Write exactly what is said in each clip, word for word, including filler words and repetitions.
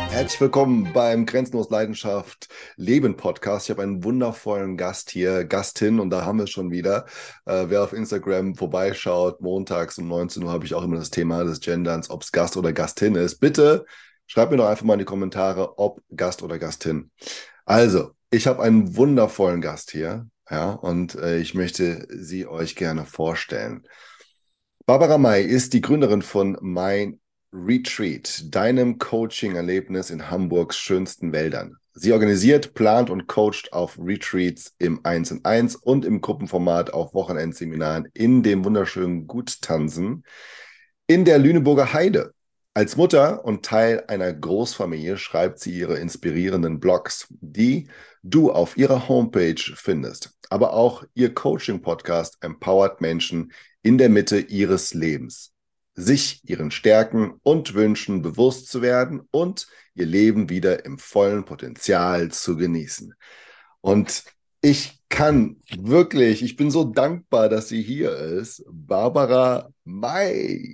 Herzlich willkommen beim Grenzenlos Leidenschaft Leben Podcast. Ich habe einen wundervollen Gast hier, Gastin, und da haben wir es schon wieder. Äh, wer auf Instagram vorbeischaut, montags um neunzehn Uhr habe ich auch immer das Thema des Genderns, ob es Gast oder Gastin ist. Bitte schreibt mir doch einfach mal in die Kommentare, ob Gast oder Gastin. Also, ich habe einen wundervollen Gast hier, ja, und äh, ich möchte sie euch gerne vorstellen. Barbara May ist die Gründerin von Mein Retreat, deinem Coaching-Erlebnis in Hamburgs schönsten Wäldern. Sie organisiert, plant und coacht auf Retreats im eins und eins und im Gruppenformat auf Wochenendseminaren in dem wunderschönen Guttansen in der Lüneburger Heide. Als Mutter und Teil einer Großfamilie schreibt sie ihre inspirierenden Blogs, die du auf ihrer Homepage findest. Aber auch ihr Coaching-Podcast empowert Menschen in der Mitte ihres Lebens, sich ihren Stärken und Wünschen bewusst zu werden und ihr Leben wieder im vollen Potenzial zu genießen. Und ich kann wirklich, ich bin so dankbar, dass sie hier ist, Barbara May.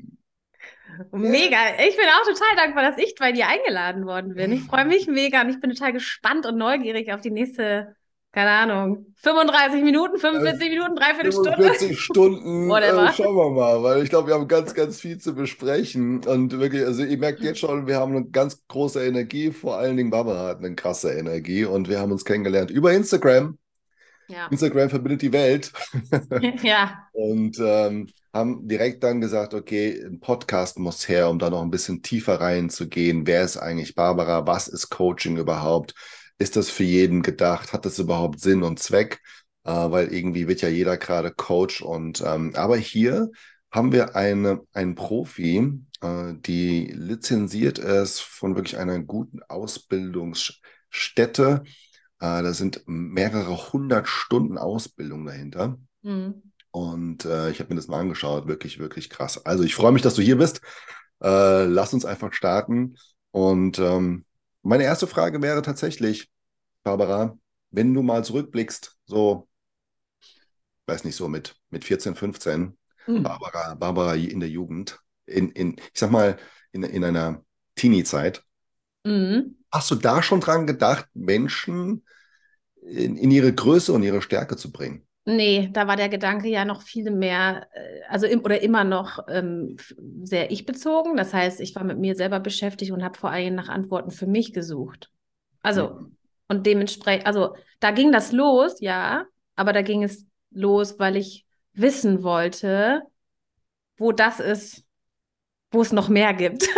Yeah. Mega. Ich bin auch total dankbar, dass ich bei dir eingeladen worden bin. Ich freue mich mega und ich bin total gespannt und neugierig auf die nächste, keine Ahnung, fünfunddreißig Minuten, Äh, fünfundvierzig Minuten, dreiviertel Stunde, fünfundvierzig Stunden, äh, whatever. schauen wir mal, weil ich glaube, wir haben ganz, ganz viel zu besprechen. Und wirklich, also ihr merkt jetzt schon, wir haben eine ganz große Energie, vor allen Dingen Barbara hat eine krasse Energie und wir haben uns kennengelernt über Instagram. Ja. Instagram verbindet die Welt. Ja. Und ähm, haben direkt dann gesagt, okay, ein Podcast muss her, um da noch ein bisschen tiefer reinzugehen. Wer ist eigentlich Barbara? Was ist Coaching überhaupt? Ist das für jeden gedacht? Hat das überhaupt Sinn und Zweck? Äh, weil irgendwie wird ja jeder gerade Coach. Und ähm, aber hier haben wir eine, einen Profi, äh, die lizenziert ist von wirklich einer guten Ausbildungsstätte. Äh, da sind mehrere hundert Stunden Ausbildung dahinter. Hm. Und äh, ich habe mir das mal angeschaut, wirklich, wirklich krass. Also ich freue mich, dass du hier bist. Äh, lass uns einfach starten. Und ähm, meine erste Frage wäre tatsächlich, Barbara, wenn du mal zurückblickst, so, weiß nicht, so mit, mit vierzehn, fünfzehn, Hm. Barbara, Barbara in der Jugend, in, in, ich sag mal, in, in einer Teenie-Zeit, Hm. hast du da schon dran gedacht, Menschen in, in ihre Größe und ihre Stärke zu bringen? Nee, da war der Gedanke ja noch viel mehr, äh, also im, oder immer noch ähm, f- sehr ich-bezogen. Das heißt, ich war mit mir selber beschäftigt und habe vor allem nach Antworten für mich gesucht. Also, Mhm. und dementsprechend, also da ging das los, ja, aber da ging es los, weil ich wissen wollte, wo das ist, wo es noch mehr gibt.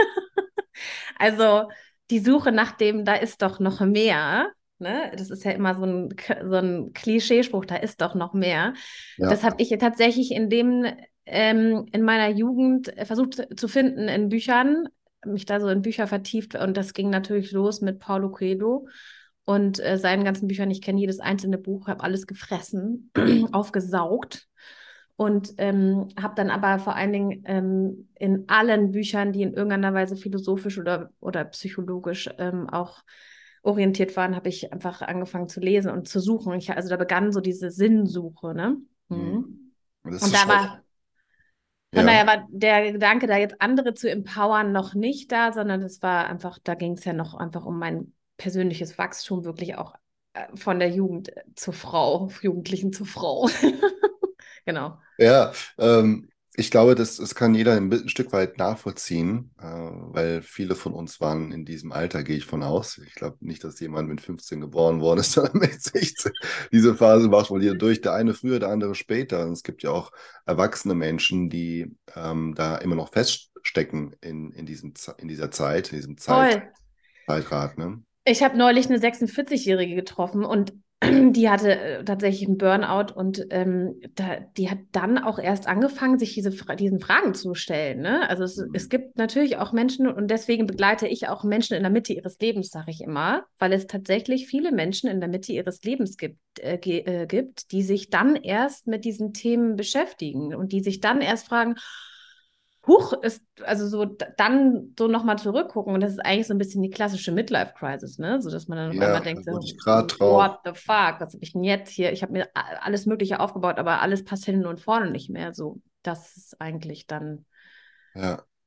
Also die Suche nach dem, da ist doch noch mehr. Ne? Das ist ja immer so ein, so ein Klischeespruch, da ist doch noch mehr. Ja. Das habe ich tatsächlich in dem, ähm, in meiner Jugend äh, versucht zu finden in Büchern, mich da so in Bücher vertieft und das ging natürlich los mit Paulo Coelho und äh, seinen ganzen Büchern. Ich kenne jedes einzelne Buch, habe alles gefressen, aufgesaugt und ähm, habe dann aber vor allen Dingen ähm, in allen Büchern, die in irgendeiner Weise philosophisch oder, oder psychologisch ähm, auch orientiert waren, habe ich einfach angefangen zu lesen und zu suchen. Ich, also da begann so diese Sinnsuche, ne? Mhm. Mhm. Das Und ist da schon, war, von ja. daher war der Gedanke, da jetzt andere zu empowern, noch nicht da, sondern es war einfach, da ging es ja noch einfach um mein persönliches Wachstum, wirklich auch äh, von der Jugend zur Frau, Jugendlichen zur Frau. Genau. Ja, ähm, ich glaube, das, das kann jeder ein, bi- ein Stück weit nachvollziehen, äh, weil viele von uns waren in diesem Alter, gehe ich von aus. Ich glaube nicht, dass jemand mit fünfzehn geboren worden ist, sondern mit sechzehn. Diese Phase macht man jeder durch, der eine früher, der andere später. Und es gibt ja auch erwachsene Menschen, die ähm, da immer noch feststecken in, in diesem, Ze- in dieser Zeit, in diesem Zeit, Voll. Zeitrad, ne? Ich habe neulich eine sechsundvierzig-Jährige getroffen und die hatte äh, tatsächlich einen Burnout und ähm, da, die hat dann auch erst angefangen, sich diese, Fra- diesen Fragen zu stellen. Ne? Also es, es Mhm. gibt natürlich auch Menschen und deswegen begleite ich auch Menschen in der Mitte ihres Lebens, sage ich immer, weil es tatsächlich viele Menschen in der Mitte ihres Lebens gibt, äh, ge- äh, gibt, die sich dann erst mit diesen Themen beschäftigen und die sich dann erst fragen, Huch, ist, also so d- dann so nochmal zurückgucken und das ist eigentlich so ein bisschen die klassische Midlife-Crisis, ne? So dass man dann auf einmal Ja, da denkt, wollte so, ich gerade drauf. what the fuck, was habe ich denn jetzt hier? Ich habe mir a- alles Mögliche aufgebaut, aber alles passt hinten und vorne nicht mehr. So, das ist eigentlich dann, Ja.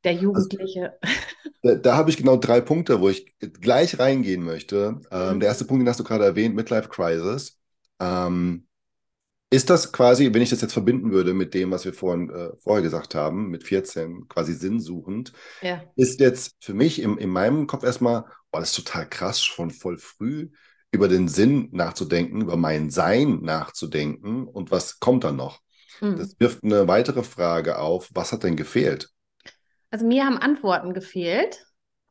Der Also, Jugendliche. da, da habe ich genau drei Punkte, wo ich gleich reingehen möchte. Ähm, der Mhm. erste Punkt, den hast du gerade erwähnt, Midlife Crisis. Ähm, Ist das quasi, wenn ich das jetzt verbinden würde mit dem, was wir vorhin, äh, vorher gesagt haben, mit vierzehn, quasi sinnsuchend, Ja. ist jetzt für mich im, in meinem Kopf erstmal, boah, das ist total krass, schon voll früh über den Sinn nachzudenken, über mein Sein nachzudenken und was kommt dann noch? Mhm. Das wirft eine weitere Frage auf, was hat denn gefehlt? Also mir haben Antworten gefehlt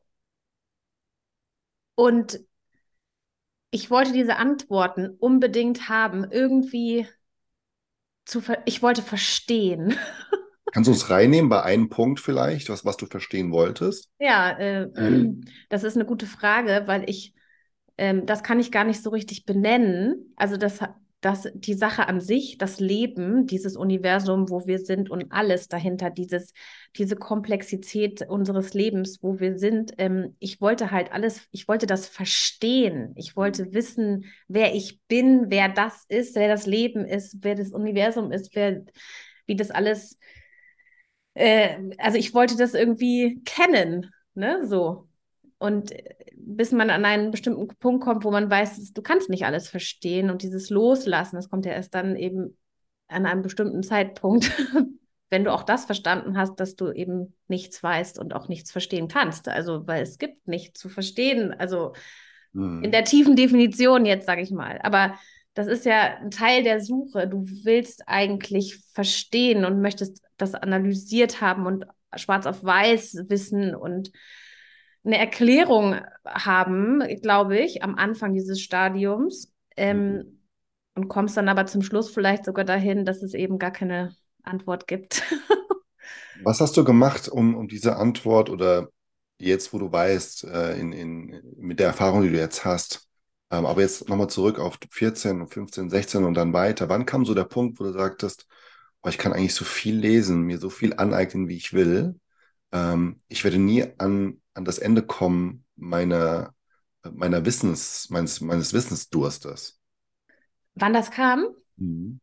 und ich wollte diese Antworten unbedingt haben, irgendwie zu ver ich wollte verstehen. Kannst du uns reinnehmen bei einem Punkt vielleicht, was, was du verstehen wolltest? Ja, äh, das ist eine gute Frage, weil ich, ähm, das kann ich gar nicht so richtig benennen. Also das, das, die Sache an sich, das Leben, dieses Universum, wo wir sind und alles dahinter, dieses, diese Komplexität unseres Lebens, wo wir sind. Ähm, ich wollte halt alles, ich wollte das verstehen. Ich wollte wissen, wer ich bin, wer das ist, wer das Leben ist, wer das Universum ist, wer, wie das alles äh, also ich wollte das irgendwie kennen, ne, so. Und äh, bis man an einen bestimmten Punkt kommt, wo man weiß, du kannst nicht alles verstehen und dieses Loslassen, das kommt ja erst dann eben an einem bestimmten Zeitpunkt, wenn du auch das verstanden hast, dass du eben nichts weißt und auch nichts verstehen kannst. Also, weil es gibt nichts zu verstehen. Also in Hm. der tiefen Definition jetzt, sage ich mal. Aber das ist ja ein Teil der Suche. Du willst eigentlich verstehen und möchtest das analysiert haben und schwarz auf weiß wissen und eine Erklärung haben, glaube ich, am Anfang dieses Stadiums. Hm. Ähm, und kommst dann aber zum Schluss vielleicht sogar dahin, dass es eben gar keine Antwort gibt. Was hast du gemacht, um, um diese Antwort oder jetzt, wo du weißt, äh, in, in, mit der Erfahrung, die du jetzt hast, ähm, aber jetzt nochmal zurück auf vierzehn, fünfzehn, sechzehn und dann weiter. Wann kam so der Punkt, wo du sagtest, oh, ich kann eigentlich so viel lesen, mir so viel aneignen, wie ich will. Ähm, ich werde nie an, an das Ende kommen meiner, meiner Wissens, meines, meines Wissensdurstes. Wann das kam? Mhm.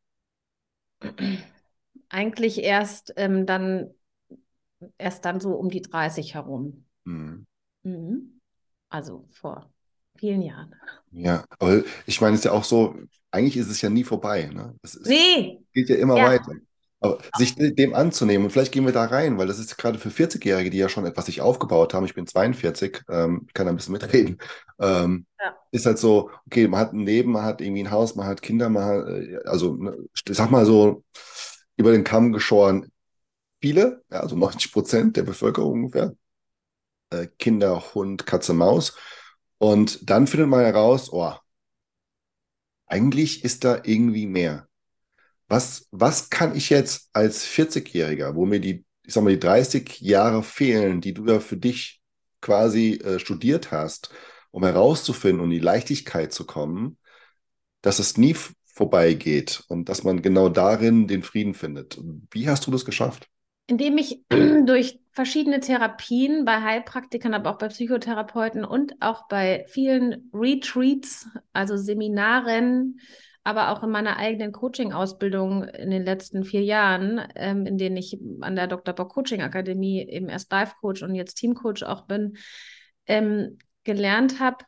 Eigentlich erst ähm, dann erst dann so um die dreißig herum. Mhm. Mhm. Also vor vielen Jahren. Ja, aber ich meine, es ist ja auch so, eigentlich ist es ja nie vorbei, ne? Es ist, Nee, geht ja immer ja, weiter. Aber sich de- dem anzunehmen, und vielleicht gehen wir da rein, weil das ist gerade für vierzig-Jährige, die ja schon etwas sich aufgebaut haben, ich bin zweiundvierzig, ähm, ich kann da ein bisschen mitreden, ähm, ja. ist halt so, okay, man hat ein Leben, man hat irgendwie ein Haus, man hat Kinder, man hat, äh, also, ne, ich sag mal so, über den Kamm geschoren, viele, ja, also neunzig Prozent der Bevölkerung ungefähr, äh, Kinder, Hund, Katze, Maus. Und dann findet man heraus, oh, eigentlich ist da irgendwie mehr. Was, was kann ich jetzt als vierzig-Jähriger, wo mir die, ich sag mal, die dreißig Jahre fehlen, die du ja für dich quasi äh, studiert hast, um herauszufinden und in die Leichtigkeit zu kommen, dass es nie f- vorbeigeht und dass man genau darin den Frieden findet. Wie hast du das geschafft? Indem ich durch verschiedene Therapien bei Heilpraktikern, aber auch bei Psychotherapeuten und auch bei vielen Retreats, also Seminaren, aber auch in meiner eigenen Coaching-Ausbildung in den letzten vier Jahren, ähm, in denen ich an der Doktor Bock Coaching Akademie eben erst Life-Coach und jetzt Team-Coach auch bin, ähm, gelernt habe,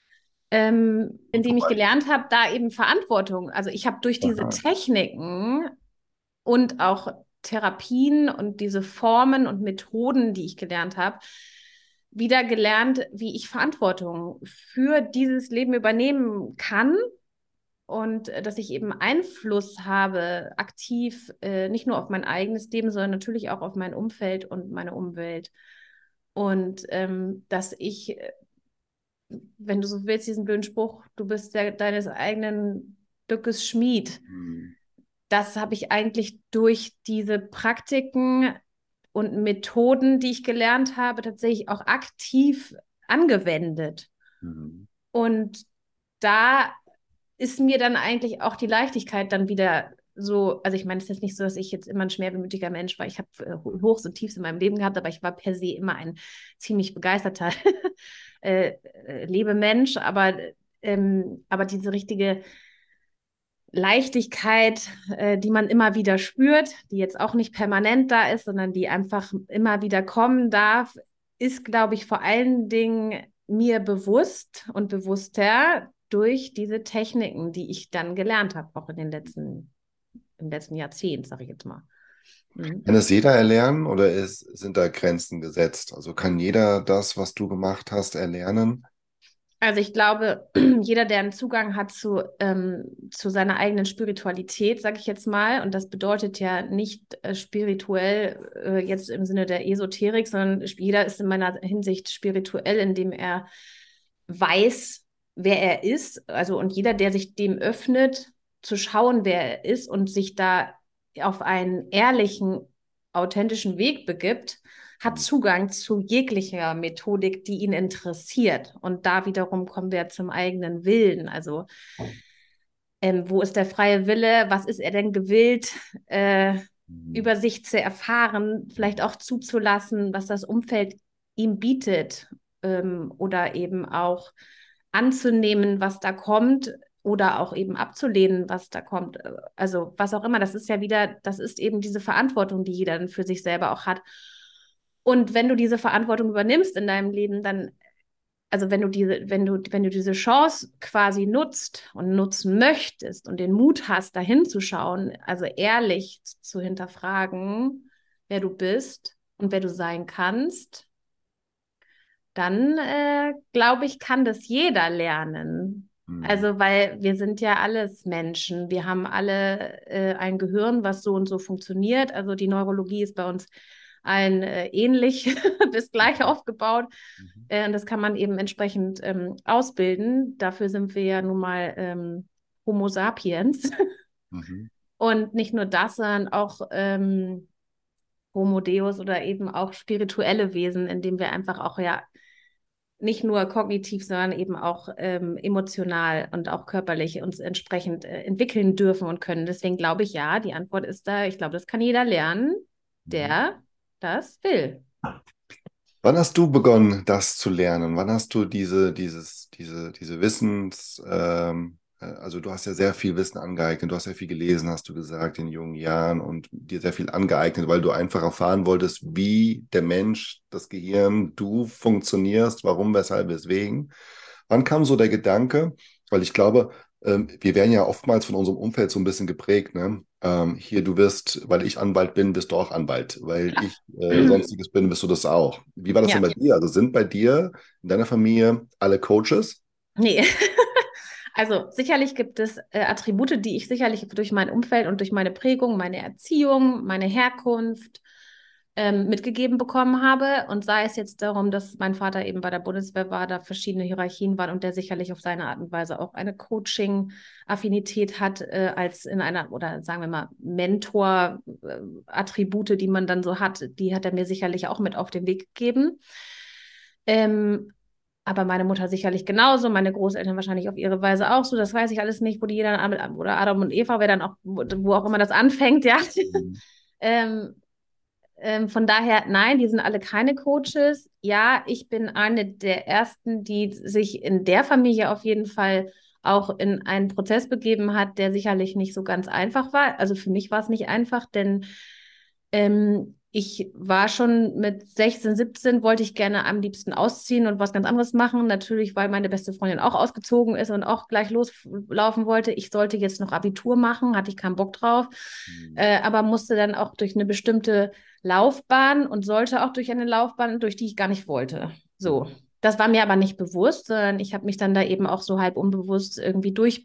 ähm, indem ich gelernt habe, da eben Verantwortung. Also ich habe durch diese Aha. Techniken und auch Therapien und diese Formen und Methoden, die ich gelernt habe, wieder gelernt, wie ich Verantwortung für dieses Leben übernehmen kann und äh, dass ich eben Einfluss habe, aktiv, äh, nicht nur auf mein eigenes Leben, sondern natürlich auch auf mein Umfeld und meine Umwelt. Und ähm, dass ich, äh, wenn du so willst, diesen blöden Spruch, du bist der, deines eigenen Glückes Schmied, Hm. das habe ich eigentlich durch diese Praktiken und Methoden, die ich gelernt habe, tatsächlich auch aktiv angewendet. Mhm. Und da ist mir dann eigentlich auch die Leichtigkeit dann wieder so, also ich meine, es ist jetzt nicht so, dass ich jetzt immer ein schwermütiger Mensch war. Ich habe äh, Hochs und Tiefs in meinem Leben gehabt, aber ich war per se immer ein ziemlich begeisterter äh, äh, Lebemensch. Aber, ähm, aber diese richtige Leichtigkeit, äh, die man immer wieder spürt, die jetzt auch nicht permanent da ist, sondern die einfach immer wieder kommen darf, ist, glaube ich, vor allen Dingen mir bewusst und bewusster durch diese Techniken, die ich dann gelernt habe, auch in den letzten, im letzten Jahrzehnt, sage ich jetzt mal. Mhm. Kann es jeder erlernen oder ist, sind da Grenzen gesetzt? Also kann jeder das, was du gemacht hast, erlernen? Also ich glaube, jeder, der einen Zugang hat zu, ähm, zu seiner eigenen Spiritualität, sage ich jetzt mal, und das bedeutet ja nicht äh, spirituell äh, jetzt im Sinne der Esoterik, sondern jeder ist in meiner Hinsicht spirituell, indem er weiß, wer er ist. Also und jeder, der sich dem öffnet, zu schauen, wer er ist und sich da auf einen ehrlichen, authentischen Weg begibt, hat Zugang zu jeglicher Methodik, die ihn interessiert. Und da wiederum kommen wir zum eigenen Willen. Also ähm, wo ist der freie Wille? Was ist er denn gewillt, äh, Mhm. über sich zu erfahren, vielleicht auch zuzulassen, was das Umfeld ihm bietet, ähm, oder eben auch anzunehmen, was da kommt, oder auch eben abzulehnen, was da kommt. Also was auch immer, das ist ja wieder, das ist eben diese Verantwortung, die jeder dann für sich selber auch hat. Und wenn du diese Verantwortung übernimmst in deinem Leben, dann, also wenn du diese, wenn du, wenn du diese Chance quasi nutzt und nutzen möchtest und den Mut hast, da hinzuschauen, also ehrlich zu hinterfragen, wer du bist und wer du sein kannst, dann äh, glaube ich, kann das jeder lernen. Mhm. Also, weil wir sind ja alles Menschen. Wir haben alle äh, ein Gehirn, was so und so funktioniert. Also die Neurologie ist bei uns allen äh, ähnlich bis gleich Mhm. aufgebaut. Mhm. Äh, und das kann man eben entsprechend ähm, ausbilden. Dafür sind wir ja nun mal ähm, Homo sapiens. Mhm. Und nicht nur das, sondern auch ähm, Homo Deus oder eben auch spirituelle Wesen, indem wir einfach auch ja nicht nur kognitiv, sondern eben auch ähm, emotional und auch körperlich uns entsprechend äh, entwickeln dürfen und können. Deswegen glaube ich, ja, die Antwort ist da, ich glaube, das kann jeder lernen, Mhm. der das will. Wann hast du begonnen, das zu lernen? Wann hast du diese, dieses, diese, diese Wissens, ähm, äh, also du hast ja sehr viel Wissen angeeignet, du hast sehr viel gelesen, hast du gesagt, in jungen Jahren und dir sehr viel angeeignet, weil du einfach erfahren wolltest, wie der Mensch, das Gehirn, du funktionierst, warum, weshalb, weswegen. Wann kam so der Gedanke? Weil ich glaube, ähm, wir werden ja oftmals von unserem Umfeld so ein bisschen geprägt, ne? Ähm, hier, du wirst, weil ich Anwalt bin, bist du auch Anwalt. Weil Klar. ich äh, sonstiges bin, bist du das auch. Wie war das denn Ja, bei dir? Also sind bei dir in deiner Familie alle Coaches? nee. Also sicherlich gibt es äh, Attribute, die ich sicherlich durch mein Umfeld und durch meine Prägung, meine Erziehung, meine Herkunft ähm, mitgegeben bekommen habe. Und sei es jetzt darum, dass mein Vater eben bei der Bundeswehr war, da verschiedene Hierarchien waren und der sicherlich auf seine Art und Weise auch eine Coaching-Affinität hat, äh, als in einer, oder sagen wir mal, Mentor-Attribute, die man dann so hat, die hat er mir sicherlich auch mit auf den Weg gegeben. Ähm, aber meine Mutter sicherlich genauso, meine Großeltern wahrscheinlich auf ihre Weise auch so. Das weiß ich alles nicht, wo die jeder, oder Adam und Eva, wer dann auch, wo auch immer das anfängt, ja. Mhm. ähm, ähm, von daher, nein, die sind alle keine Coaches. Ja, ich bin eine der ersten, die sich in der Familie auf jeden Fall auch in einen Prozess begeben hat, der sicherlich nicht so ganz einfach war. Also für mich war es nicht einfach, denn ähm, ich war schon mit sechzehn, siebzehn, wollte ich gerne am liebsten ausziehen und was ganz anderes machen. Natürlich, weil meine beste Freundin auch ausgezogen ist und auch gleich loslaufen wollte. Ich sollte jetzt noch Abitur machen, hatte ich keinen Bock drauf, Mhm. äh, aber musste dann auch durch eine bestimmte Laufbahn und sollte auch durch eine Laufbahn, durch die ich gar nicht wollte. So. Das war mir aber nicht bewusst, sondern ich habe mich dann da eben auch so halb unbewusst irgendwie durch,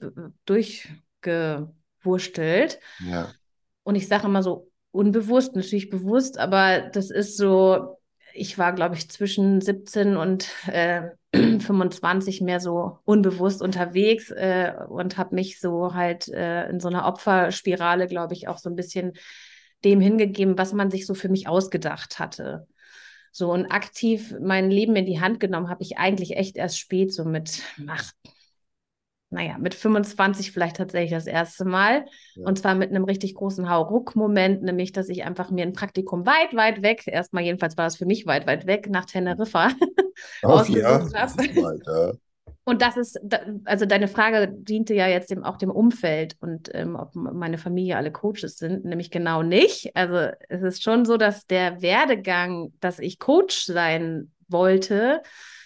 durchgewurstelt. Ja. Und ich sage immer so unbewusst, natürlich bewusst, aber das ist so, ich war, glaube ich, zwischen siebzehn und äh, fünfundzwanzig mehr so unbewusst unterwegs äh, und habe mich so halt äh, in so einer Opferspirale, glaube ich, auch so ein bisschen dem hingegeben, was man sich so für mich ausgedacht hatte. So und aktiv mein Leben in die Hand genommen habe ich eigentlich echt erst spät, so mit, ach, naja, mit fünfundzwanzig vielleicht tatsächlich das erste Mal. Ja. Und zwar mit einem richtig großen Hauruck-Moment, nämlich, dass ich einfach mir ein Praktikum weit, weit weg, erstmal jedenfalls war es für mich weit, weit weg, nach Teneriffa Auf ja, ausgesucht das habe. ist weit, ja. Und das ist, also deine Frage diente ja jetzt dem, auch dem Umfeld und ähm, ob meine Familie alle Coaches sind, nämlich genau nicht. Also es ist schon so, dass der Werdegang, dass ich Coach sein wollte,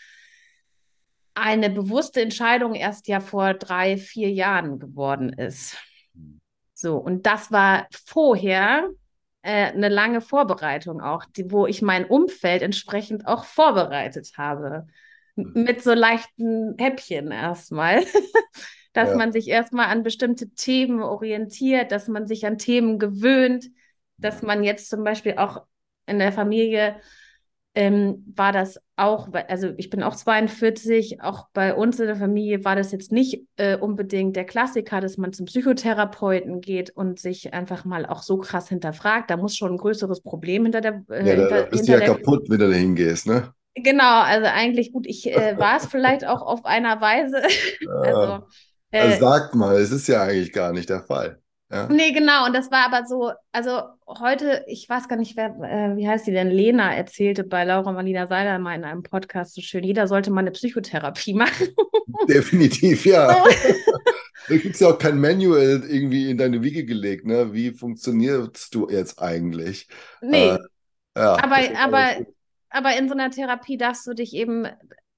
eine bewusste Entscheidung erst ja vor drei, vier Jahren geworden ist. So, und das war vorher äh, eine lange Vorbereitung auch, die, wo ich mein Umfeld entsprechend auch vorbereitet habe. M- Mit so leichten Häppchen erstmal, dass Ja. man sich erstmal an bestimmte Themen orientiert, dass man sich an Themen gewöhnt, dass man jetzt zum Beispiel auch in der Familie ähm, war das auch, also ich bin auch zweiundvierzig, auch bei uns in der Familie war das jetzt nicht äh, unbedingt der Klassiker, dass man zum Psychotherapeuten geht und sich einfach mal auch so krass hinterfragt. Da muss schon ein größeres Problem hinter der, Ja, äh, da, da hinter, bist du hinter ja der, kaputt, wenn du da hingehst, ne? genau, also eigentlich gut, ich äh, war es vielleicht auch auf einer Weise, Äh, also also äh, sag mal, es ist ja eigentlich gar nicht der Fall. Ja? nee, genau. Und das war aber so, also heute, ich weiß gar nicht, wer, äh, wie heißt die denn? Lena erzählte bei Laura Marlina Seiler mal in einem Podcast so schön, jeder sollte mal eine Psychotherapie machen. Definitiv, ja. So. Da gibt es ja auch kein Manual irgendwie in deine Wiege gelegt, ne? Wie funktionierst du jetzt eigentlich? Äh, Nee, ja, aber, das ist alles aber, gut. aber in so einer Therapie darfst du dich eben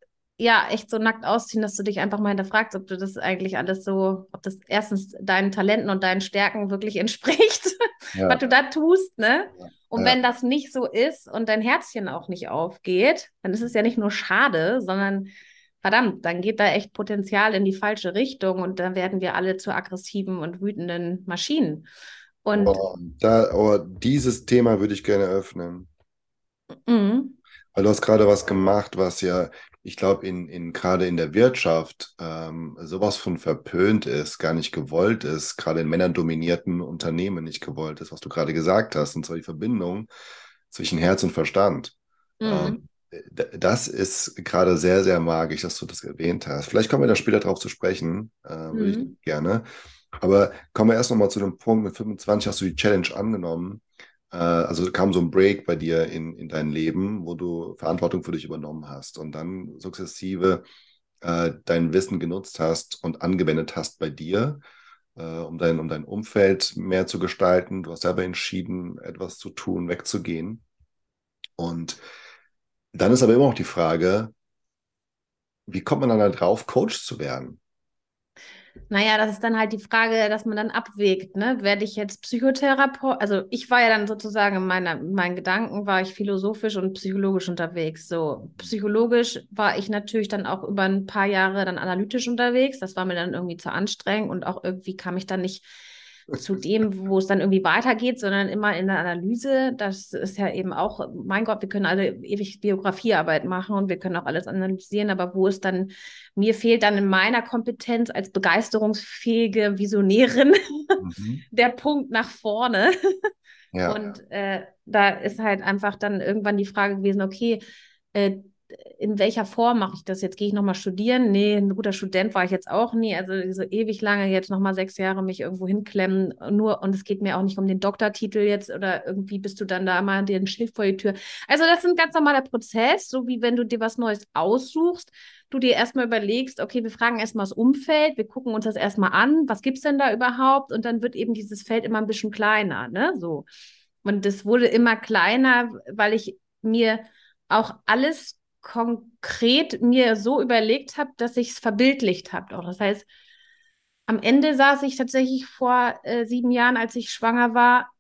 ja echt so nackt ausziehen, dass du dich einfach mal hinterfragst, ob du das eigentlich alles so, ob das erstens deinen Talenten und deinen Stärken wirklich entspricht, was Ja, du da tust, ne? ja, Und wenn ja. das nicht so ist und dein Herzchen auch nicht aufgeht, dann ist es ja nicht nur schade, sondern verdammt, dann geht da echt Potenzial in die falsche Richtung und dann werden wir alle zu aggressiven und wütenden Maschinen. Und Oh, da, oh, dieses Thema würde ich gerne öffnen. mh, Weil du hast gerade was gemacht, was ja, ich glaube, in, in, gerade in der Wirtschaft ähm, sowas von verpönt ist, gar nicht gewollt ist, gerade in männerdominierten Unternehmen nicht gewollt ist, was du gerade gesagt hast, und zwar die Verbindung zwischen Herz und Verstand. Ähm, mh, d- Das ist gerade sehr, sehr magisch, dass du das erwähnt hast. Vielleicht kommen wir da später drauf zu sprechen, äh, würde ich mh, gerne. Aber kommen wir erst nochmal zu dem Punkt, mit fünfundzwanzig hast du die Challenge angenommen. Äh, also kam so ein Break bei dir in, in dein Leben, wo du Verantwortung für dich übernommen hast und dann sukzessive äh, dein Wissen genutzt hast und angewendet hast bei dir, äh, um dein, um dein Umfeld mehr zu gestalten. Du hast selber entschieden, etwas zu tun, wegzugehen. Und dann ist aber immer noch die Frage, wie kommt man dann da drauf, Coach zu werden? naja, das ist dann halt die Frage, dass man dann abwägt, ne? Werde ich jetzt Psychotherapeut? Also ich war ja dann sozusagen in meiner, in meinen Gedanken war ich philosophisch und psychologisch unterwegs. So psychologisch war ich natürlich dann auch über ein paar Jahre dann analytisch unterwegs. Das war mir dann irgendwie zu anstrengend und auch irgendwie kam ich dann nicht zu dem, wo es dann irgendwie weitergeht, sondern immer in der Analyse. Das ist ja eben auch, mein Gott, wir können alle ewig Biografiearbeit machen und wir können auch alles analysieren, aber wo es dann mir fehlt dann in meiner Kompetenz als begeisterungsfähige Visionärin Mhm. der Punkt nach vorne. Ja, Und äh, da ist halt einfach dann irgendwann die Frage gewesen, okay, äh, in welcher Form mache ich das jetzt? Gehe ich nochmal studieren? Nee, ein guter Student war ich jetzt auch nie. Also so ewig lange jetzt nochmal sechs Jahre mich irgendwo hinklemmen. Nur, und es geht mir auch nicht um den Doktortitel jetzt oder irgendwie bist du dann da mal den Schild vor die Tür. Also das ist ein ganz normaler Prozess, so wie wenn du dir was Neues aussuchst, du dir erstmal überlegst, okay, wir fragen erstmal das Umfeld, wir gucken uns das erstmal an, was gibt es denn da überhaupt? Und dann wird eben dieses Feld immer ein bisschen kleiner, ne? So. Und das wurde immer kleiner, weil ich mir auch alles konkret mir so überlegt habe, dass ich es verbildlicht habe. Auch das heißt, am Ende saß ich tatsächlich vor äh, sieben Jahren, als ich schwanger war,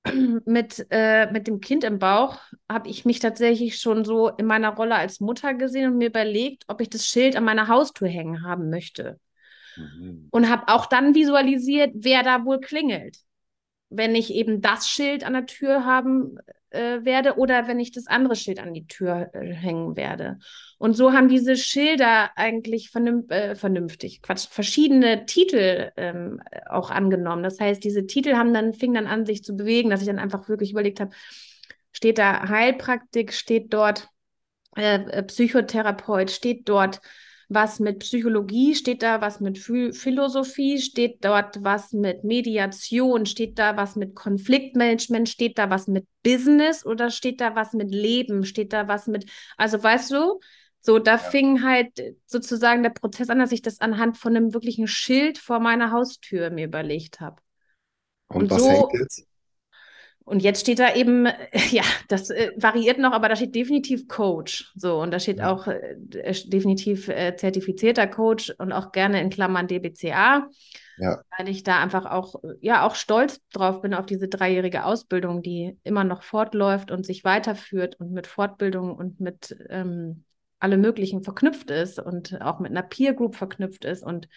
mit, äh, mit dem Kind im Bauch, habe ich mich tatsächlich schon so in meiner Rolle als Mutter gesehen und mir überlegt, ob ich das Schild an meiner Haustür hängen haben möchte. mhm. Und habe auch dann visualisiert, wer da wohl klingelt, wenn ich eben das Schild an der Tür haben äh, werde oder wenn ich das andere Schild an die Tür äh, hängen werde. Und so haben diese Schilder eigentlich vernünf äh, vernünftig, Quatsch, verschiedene Titel ähm, auch angenommen. Das heißt, diese Titel haben dann, fingen dann an, sich zu bewegen, dass ich dann einfach wirklich überlegt habe, steht da Heilpraktik, steht dort äh, äh, Psychotherapeut, steht dort was mit Psychologie, steht da was mit Philosophie, steht dort was mit Mediation, steht da was mit Konfliktmanagement, steht da was mit Business oder steht da was mit Leben, steht da was mit, also weißt du, So, da Ja. fing halt sozusagen der Prozess an, dass ich das anhand von einem wirklichen Schild vor meiner Haustür mir überlegt habe. Und Und was hängt so, jetzt? und jetzt steht da eben, ja, das äh, variiert noch, aber da steht definitiv Coach. So, und da steht Ja. auch äh, definitiv äh, zertifizierter Coach und auch gerne in Klammern D B C A, Ja, weil ich da einfach auch, ja, auch stolz drauf bin auf diese dreijährige Ausbildung, die immer noch fortläuft und sich weiterführt und mit Fortbildung und mit ähm, allem Möglichen verknüpft ist und auch mit einer Peer Group verknüpft ist und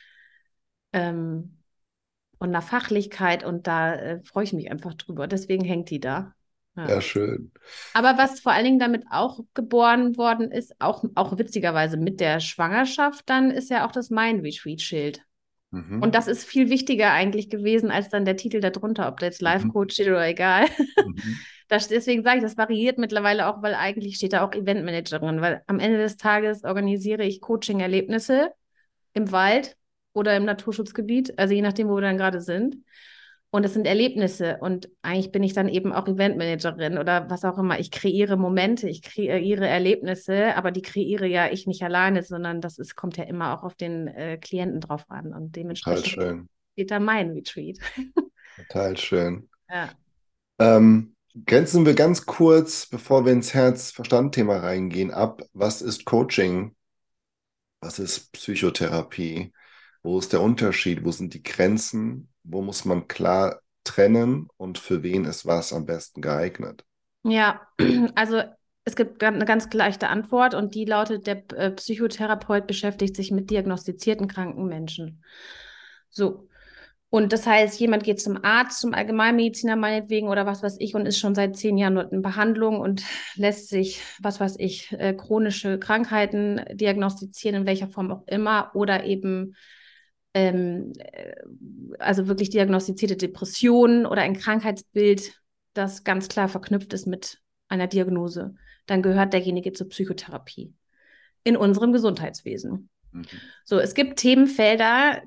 ähm, und einer Fachlichkeit und da äh, freue ich mich einfach drüber. Deswegen hängt die da. ja, Ja. schön. Aber was vor allen Dingen damit auch geboren worden ist, auch, auch witzigerweise mit der Schwangerschaft, dann ist ja auch das Mind Retreat Schild. Und Mhm. das ist viel wichtiger eigentlich gewesen als dann der Titel darunter, ob da jetzt Life Mhm. Coach steht oder egal. Mhm. Das, deswegen sage ich, das variiert mittlerweile auch, weil eigentlich steht da auch Eventmanagerin, weil am Ende des Tages organisiere ich Coaching-Erlebnisse im Wald oder im Naturschutzgebiet, also je nachdem, wo wir dann gerade sind. Und es sind Erlebnisse und eigentlich bin ich dann eben auch Eventmanagerin oder was auch immer. Ich kreiere Momente, ich kreiere Erlebnisse, aber die kreiere ja ich nicht alleine, sondern das ist, kommt ja immer auch auf den äh, Klienten drauf an und Total dementsprechend schön. geht da mein Retreat. Total schön. Ja. Ähm, grenzen wir ganz kurz, bevor wir ins Herz-Verstand-Thema reingehen, ab. Was ist Coaching? Was ist Psychotherapie? Wo ist der Unterschied? Wo sind die Grenzen? Wo muss man klar trennen? Und für wen ist was am besten geeignet? Ja, also es gibt eine ganz leichte Antwort und die lautet, der äh, Psychotherapeut beschäftigt sich mit diagnostizierten kranken Menschen. So. Und das heißt, jemand geht zum Arzt, zum Allgemeinmediziner meinetwegen oder was weiß ich und ist schon seit zehn Jahren dort in Behandlung und lässt sich, was weiß ich, äh, chronische Krankheiten diagnostizieren, in welcher Form auch immer, oder eben ähm, äh, also wirklich diagnostizierte Depressionen oder ein Krankheitsbild, das ganz klar verknüpft ist mit einer Diagnose. Dann gehört derjenige zur Psychotherapie in unserem Gesundheitswesen. Mhm. So, es gibt Themenfelder,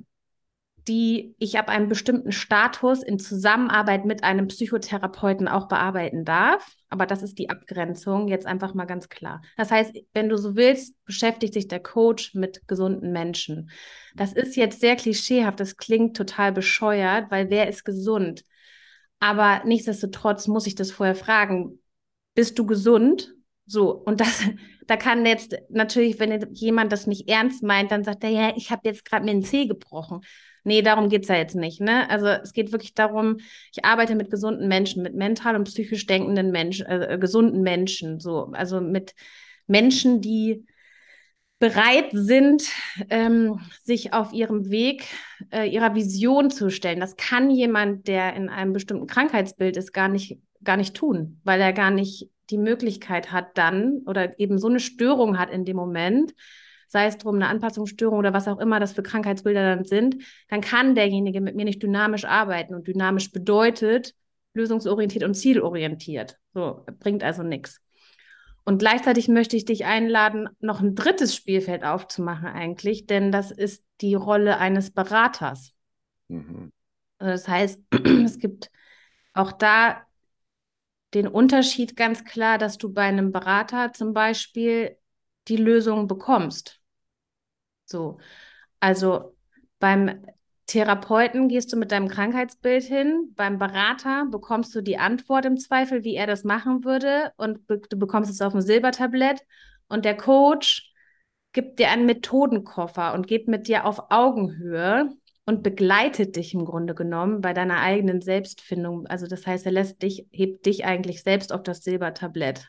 die ich ab einem bestimmten Status in Zusammenarbeit mit einem Psychotherapeuten auch bearbeiten darf. Aber das ist die Abgrenzung jetzt einfach mal ganz klar. Das heißt, wenn du so willst, beschäftigt sich der Coach mit gesunden Menschen. Das ist jetzt sehr klischeehaft, das klingt total bescheuert, weil wer ist gesund? Aber nichtsdestotrotz muss ich das vorher fragen, bist du gesund? So, und das, da kann jetzt natürlich, wenn jemand das nicht ernst meint, dann sagt er, ja, ich habe jetzt gerade mir einen Zeh gebrochen. Nee, darum geht es ja jetzt nicht. Ne? Also es geht wirklich darum, ich arbeite mit gesunden Menschen, mit mental und psychisch denkenden Menschen, äh, gesunden Menschen, so, also mit Menschen, die bereit sind, ähm, sich auf ihrem Weg äh, ihrer Vision zu stellen. Das kann jemand, der in einem bestimmten Krankheitsbild ist, gar nicht, gar nicht tun, weil er gar nicht die Möglichkeit hat dann oder eben so eine Störung hat in dem Moment, sei es drum eine Anpassungsstörung oder was auch immer das für Krankheitsbilder dann sind, dann kann derjenige mit mir nicht dynamisch arbeiten. Und dynamisch bedeutet lösungsorientiert und zielorientiert. So, bringt also nichts. Und gleichzeitig möchte ich dich einladen, noch ein drittes Spielfeld aufzumachen eigentlich, denn das ist die Rolle eines Beraters. Mhm. Also das heißt, es gibt auch da den Unterschied ganz klar, dass du bei einem Berater zum Beispiel die Lösung bekommst. So, also beim Therapeuten gehst du mit deinem Krankheitsbild hin, beim Berater bekommst du die Antwort im Zweifel, wie er das machen würde und be du bekommst es auf dem Silbertablett und der Coach gibt dir einen Methodenkoffer und geht mit dir auf Augenhöhe und begleitet dich im Grunde genommen bei deiner eigenen Selbstfindung. Also das heißt, er lässt dich, hebt dich eigentlich selbst auf das Silbertablett.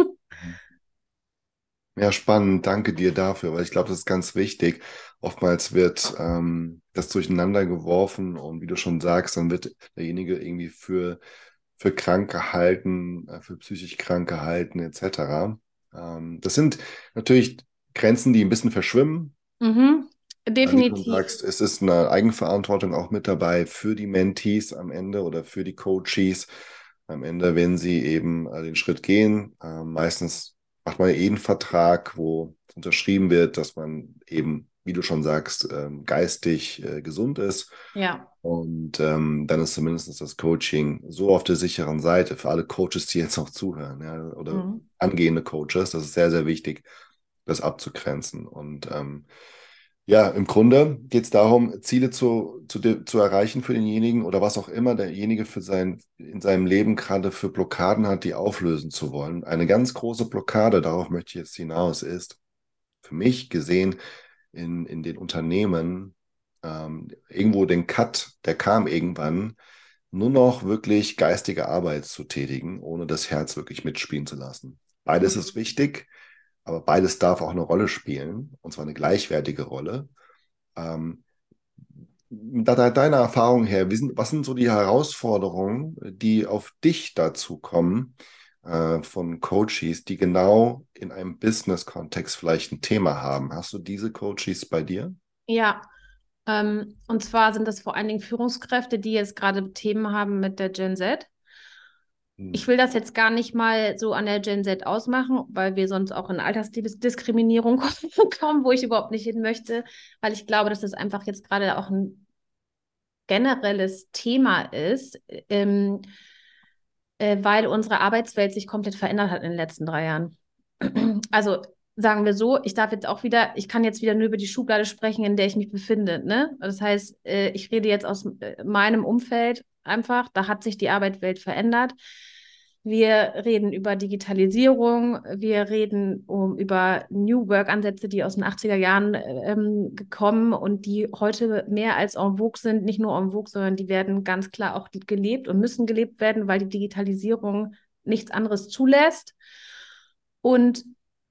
Ja, spannend. Danke dir dafür, weil ich glaube, das ist ganz wichtig. Oftmals wird ähm, das durcheinander geworfen und wie du schon sagst, dann wird derjenige irgendwie für, für krank gehalten, äh, für psychisch krank gehalten, et cetera. Ähm, das sind natürlich Grenzen, die ein bisschen verschwimmen. Mhm, Äh, Wie du schon definitiv. sagst, es ist eine Eigenverantwortung auch mit dabei für die Mentees am Ende oder für die Coaches am Ende, wenn sie eben äh, den Schritt gehen. Äh, meistens macht man eh einen Vertrag, wo unterschrieben wird, dass man eben, wie du schon sagst, ähm, geistig äh, gesund ist. Ja. Und ähm, dann ist zumindest das Coaching so auf der sicheren Seite für alle Coaches, die jetzt noch zuhören, ja, oder Mhm. angehende Coaches. Das ist sehr, sehr wichtig, das abzugrenzen. Und ähm, ja, im Grunde geht es darum, Ziele zu, zu, de- zu erreichen für denjenigen oder was auch immer derjenige für sein, in seinem Leben gerade für Blockaden hat, die auflösen zu wollen. Eine ganz große Blockade, darauf möchte ich jetzt hinaus, ist für mich gesehen in, in den Unternehmen ähm, irgendwo den Cut, der kam irgendwann, nur noch wirklich geistige Arbeit zu tätigen, ohne das Herz wirklich mitspielen zu lassen. Beides ist Mhm. wichtig, aber beides darf auch eine Rolle spielen, und zwar eine gleichwertige Rolle. Ähm, da, da, deiner Erfahrung her, wie sind, was sind so die Herausforderungen, die auf dich dazu kommen, äh, von Coaches, die genau in einem Business-Kontext vielleicht ein Thema haben? Hast du diese Coaches bei dir? Ja, ähm, und zwar sind das vor allen Dingen Führungskräfte, die jetzt gerade Themen haben mit der Gen Z. Hm. Ich will das jetzt gar nicht mal so an der Gen Z ausmachen, weil wir sonst auch in Altersdiskriminierung kommen, wo ich überhaupt nicht hin möchte, weil ich glaube, dass das einfach jetzt gerade auch ein generelles Thema ist, ähm, äh, weil unsere Arbeitswelt sich komplett verändert hat in den letzten drei Jahren. Also sagen wir so, ich darf jetzt auch wieder, ich kann jetzt wieder nur über die Schublade sprechen, in der ich mich befinde. Ne? Das heißt, äh, ich rede jetzt aus äh, meinem Umfeld einfach, da hat sich die Arbeitswelt verändert. Wir reden über Digitalisierung, wir reden um, über New Work-Ansätze, die aus den achtziger Jahren ähm, gekommen und die heute mehr als en vogue sind. Nicht nur en vogue, sondern die werden ganz klar auch gelebt und müssen gelebt werden, weil die Digitalisierung nichts anderes zulässt. Und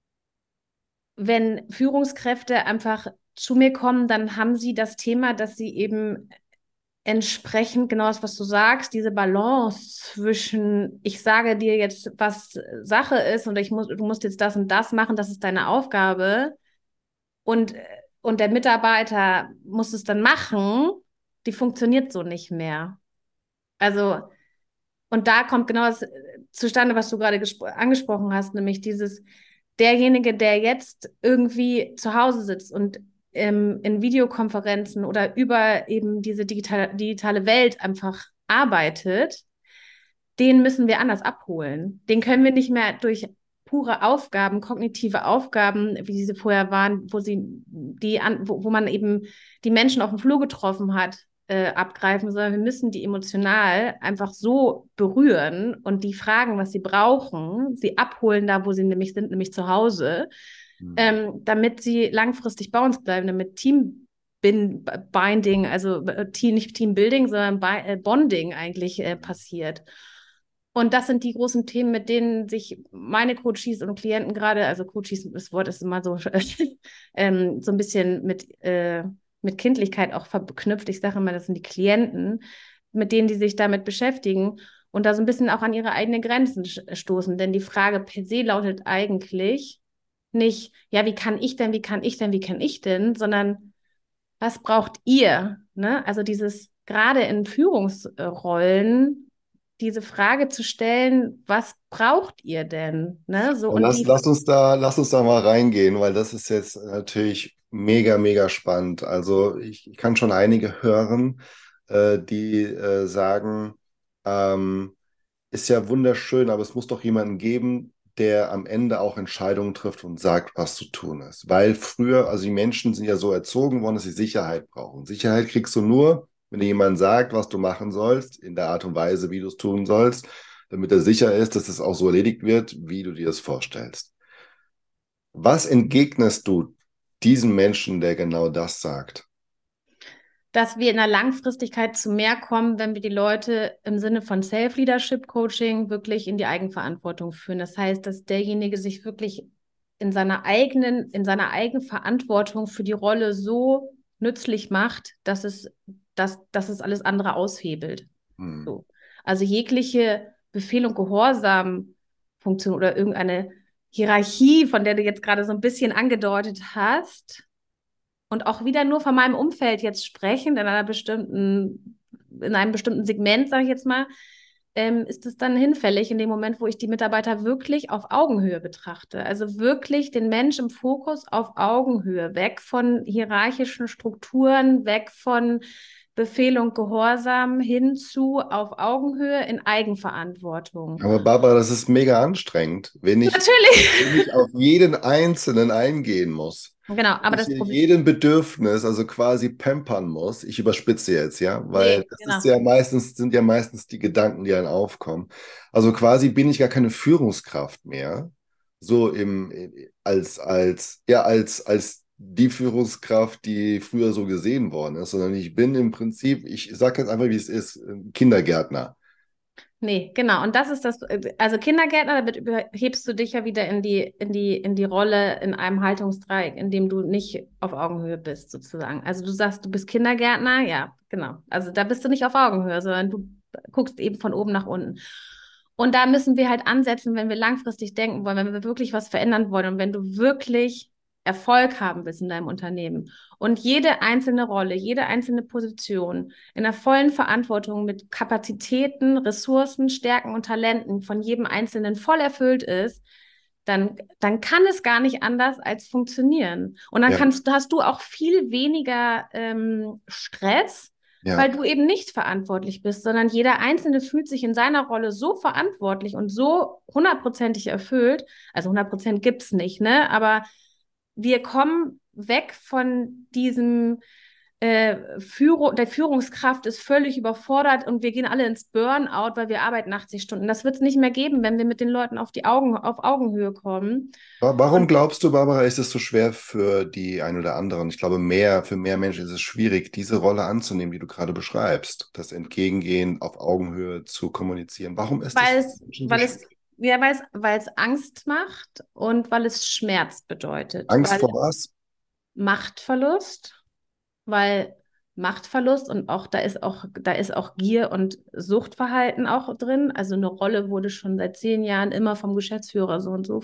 wenn Führungskräfte einfach zu mir kommen, dann haben sie das Thema, dass sie eben entsprechend genau das, was du sagst, diese Balance zwischen, ich sage dir jetzt, was Sache ist und ich muss, du musst jetzt das und das machen, das ist deine Aufgabe und, und der Mitarbeiter muss es dann machen, die funktioniert so nicht mehr. Also, und da kommt genau das zustande, was du gerade angesprochen hast, nämlich dieses, derjenige, der jetzt irgendwie zu Hause sitzt und ähm, in Videokonferenzen oder über eben diese digital, digitale Welt einfach arbeitet, den müssen wir anders abholen. Den können wir nicht mehr durch pure Aufgaben, kognitive Aufgaben, wie sie vorher waren, wo sie die an, wo, wo man eben die Menschen auf dem Flur getroffen hat, äh, abgreifen, sondern wir müssen die emotional einfach so berühren und die fragen, was sie brauchen, sie abholen da, wo sie nämlich sind, nämlich zu Hause, Hm. ähm, damit sie langfristig bei uns bleiben, damit Team Binding, also äh, Team, nicht Teambuilding, sondern Bi äh, Bonding eigentlich äh, passiert. Und das sind die großen Themen, mit denen sich meine Coaches und Klienten gerade, also Coaches, das Wort ist immer so, ähm, so ein bisschen mit, äh, mit Kindlichkeit auch verknüpft. Ich sage immer, das sind die Klienten, mit denen die sich damit beschäftigen und da so ein bisschen auch an ihre eigenen Grenzen stoßen. Denn die Frage per se lautet eigentlich nicht, ja, wie kann ich denn, wie kann ich denn, wie kann ich denn, sondern was braucht ihr? Ne? Also dieses gerade in Führungsrollen, diese Frage zu stellen, was braucht ihr denn? Ne? So, Ja, und Lass, die, lass uns da, lass uns da mal reingehen, weil das ist jetzt natürlich mega, mega spannend. Also ich, ich kann schon einige hören, äh, die äh, sagen, ähm, ist ja wunderschön, aber es muss doch jemanden geben, der am Ende auch Entscheidungen trifft und sagt, was zu tun ist. Weil früher, also die Menschen sind ja so erzogen worden, dass sie Sicherheit brauchen. Sicherheit kriegst du nur, wenn dir jemand sagt, was du machen sollst, in der Art und Weise, wie du es tun sollst, damit er sicher ist, dass es auch so erledigt wird, wie du dir es vorstellst. Was entgegnest du diesem Menschen, der genau das sagt? dass wir in der Langfristigkeit zu mehr kommen, wenn wir die Leute im Sinne von Self-Leadership-Coaching wirklich in die Eigenverantwortung führen. Das heißt, dass derjenige sich wirklich in seiner eigenen, in seiner Eigenverantwortung für die Rolle so nützlich macht, dass es, dass, dass es alles andere aushebelt. Hm. So. Also jegliche Befehl- und Gehorsam-Funktion oder irgendeine Hierarchie, von der du jetzt gerade so ein bisschen angedeutet hast, und auch wieder nur von meinem Umfeld jetzt sprechen, in einer bestimmten, in einem bestimmten Segment, sage ich jetzt mal, ähm, ist es dann hinfällig in dem Moment, wo ich die Mitarbeiter wirklich auf Augenhöhe betrachte. Also wirklich den Mensch im Fokus auf Augenhöhe, weg von hierarchischen Strukturen, weg von Befehl und Gehorsam hin zu auf Augenhöhe in Eigenverantwortung. Aber Barbara, das ist mega anstrengend, wenn ich, Natürlich. wenn ich auf jeden Einzelnen eingehen muss. Genau, aber Ich das hier Problem. jeden Bedürfnis, also quasi pampern muss. Ich überspitze jetzt, ja, weil Nee, das ist genau. ja meistens, sind ja meistens die Gedanken, die dann aufkommen. Also quasi bin ich gar keine Führungskraft mehr, so im, als, als, ja, als, als die Führungskraft, die früher so gesehen worden ist, sondern ich bin im Prinzip, ich sage jetzt einfach, wie es ist, ein Kindergärtner. Nee, genau. Und das ist das, also Kindergärtner, damit überhebst du dich ja wieder in die, in die, in die Rolle in einem Haltungsdreieck, in dem du nicht auf Augenhöhe bist, sozusagen. Also du sagst, du bist Kindergärtner, ja, genau. Also da bist du nicht auf Augenhöhe, sondern du guckst eben von oben nach unten. Und da müssen wir halt ansetzen, wenn wir langfristig denken wollen, wenn wir wirklich was verändern wollen und wenn du wirklich Erfolg haben willst in deinem Unternehmen und jede einzelne Rolle, jede einzelne Position in der vollen Verantwortung mit Kapazitäten, Ressourcen, Stärken und Talenten von jedem Einzelnen voll erfüllt ist, dann, dann kann es gar nicht anders als funktionieren. Und dann Ja, kannst, hast du auch viel weniger ähm, Stress, weil ja, du eben nicht verantwortlich bist, sondern jeder Einzelne fühlt sich in seiner Rolle so verantwortlich und so hundertprozentig erfüllt. Also hundert Prozent gibt es nicht, ne? Aber wir kommen weg von diesem äh, Führung, der Führungskraft ist völlig überfordert und wir gehen alle ins Burnout, weil wir arbeiten achtzig Stunden. Das wird es nicht mehr geben, wenn wir mit den Leuten auf die Augen, auf Augenhöhe kommen. Wa- Warum Und glaubst du, Barbara, ist es so schwer für die ein oder anderen? Ich glaube, mehr, für mehr Menschen ist es schwierig, diese Rolle anzunehmen, die du gerade beschreibst. Das Entgegengehen auf Augenhöhe zu kommunizieren. Warum ist das weil für es, Menschen so weil es, schwierig? ja, weil es, weil es Angst macht und weil es Schmerz bedeutet, Angst weil vor was? Machtverlust, weil Machtverlust und auch da ist auch da ist auch Gier und Suchtverhalten auch drin. Also eine Rolle wurde schon seit zehn Jahren immer vom Geschäftsführer so und so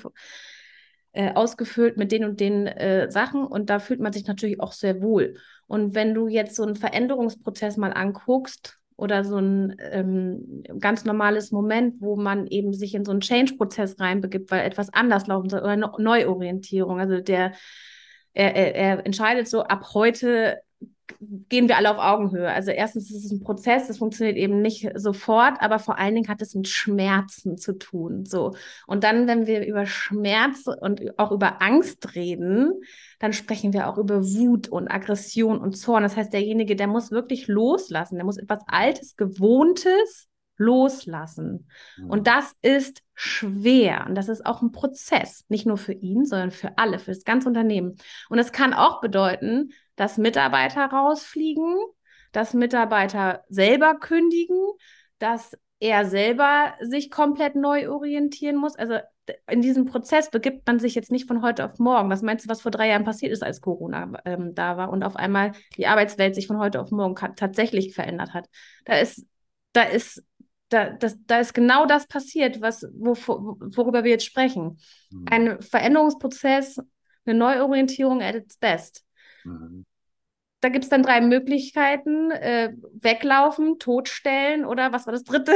äh, ausgefüllt mit den und den äh, Sachen und da fühlt man sich natürlich auch sehr wohl. Und wenn du jetzt so einen Veränderungsprozess mal anguckst oder so ein ähm, ganz normales Moment, wo man eben sich in so einen Change-Prozess reinbegibt, weil etwas anders laufen soll oder eine Neuorientierung. Also der er, er, er entscheidet so, ab heute gehen wir alle auf Augenhöhe. Also erstens ist es ein Prozess, das funktioniert eben nicht sofort, aber vor allen Dingen hat es mit Schmerzen zu tun. So. Und dann, wenn wir über Schmerz und auch über Angst reden, dann sprechen wir auch über Wut und Aggression und Zorn. Das heißt, derjenige, der muss wirklich loslassen, der muss etwas Altes, Gewohntes loslassen. Und Hm. das ist schwer. Und das ist auch ein Prozess, nicht nur für ihn, sondern für alle, für das ganze Unternehmen. Und es kann auch bedeuten, dass Mitarbeiter rausfliegen, dass Mitarbeiter selber kündigen, dass er selber sich komplett neu orientieren muss. Also in diesem Prozess begibt man sich jetzt nicht von heute auf morgen. Was meinst du, was vor drei Jahren passiert ist, als Corona ähm, da war und auf einmal die Arbeitswelt sich von heute auf morgen tatsächlich verändert hat? Da ist, da ist, da, das, da ist genau das passiert, was, wo, worüber wir jetzt sprechen. Hm. Ein Veränderungsprozess, eine Neuorientierung at its best. Mhm. Da gibt es dann drei Möglichkeiten: äh, weglaufen, totstellen oder was war das dritte?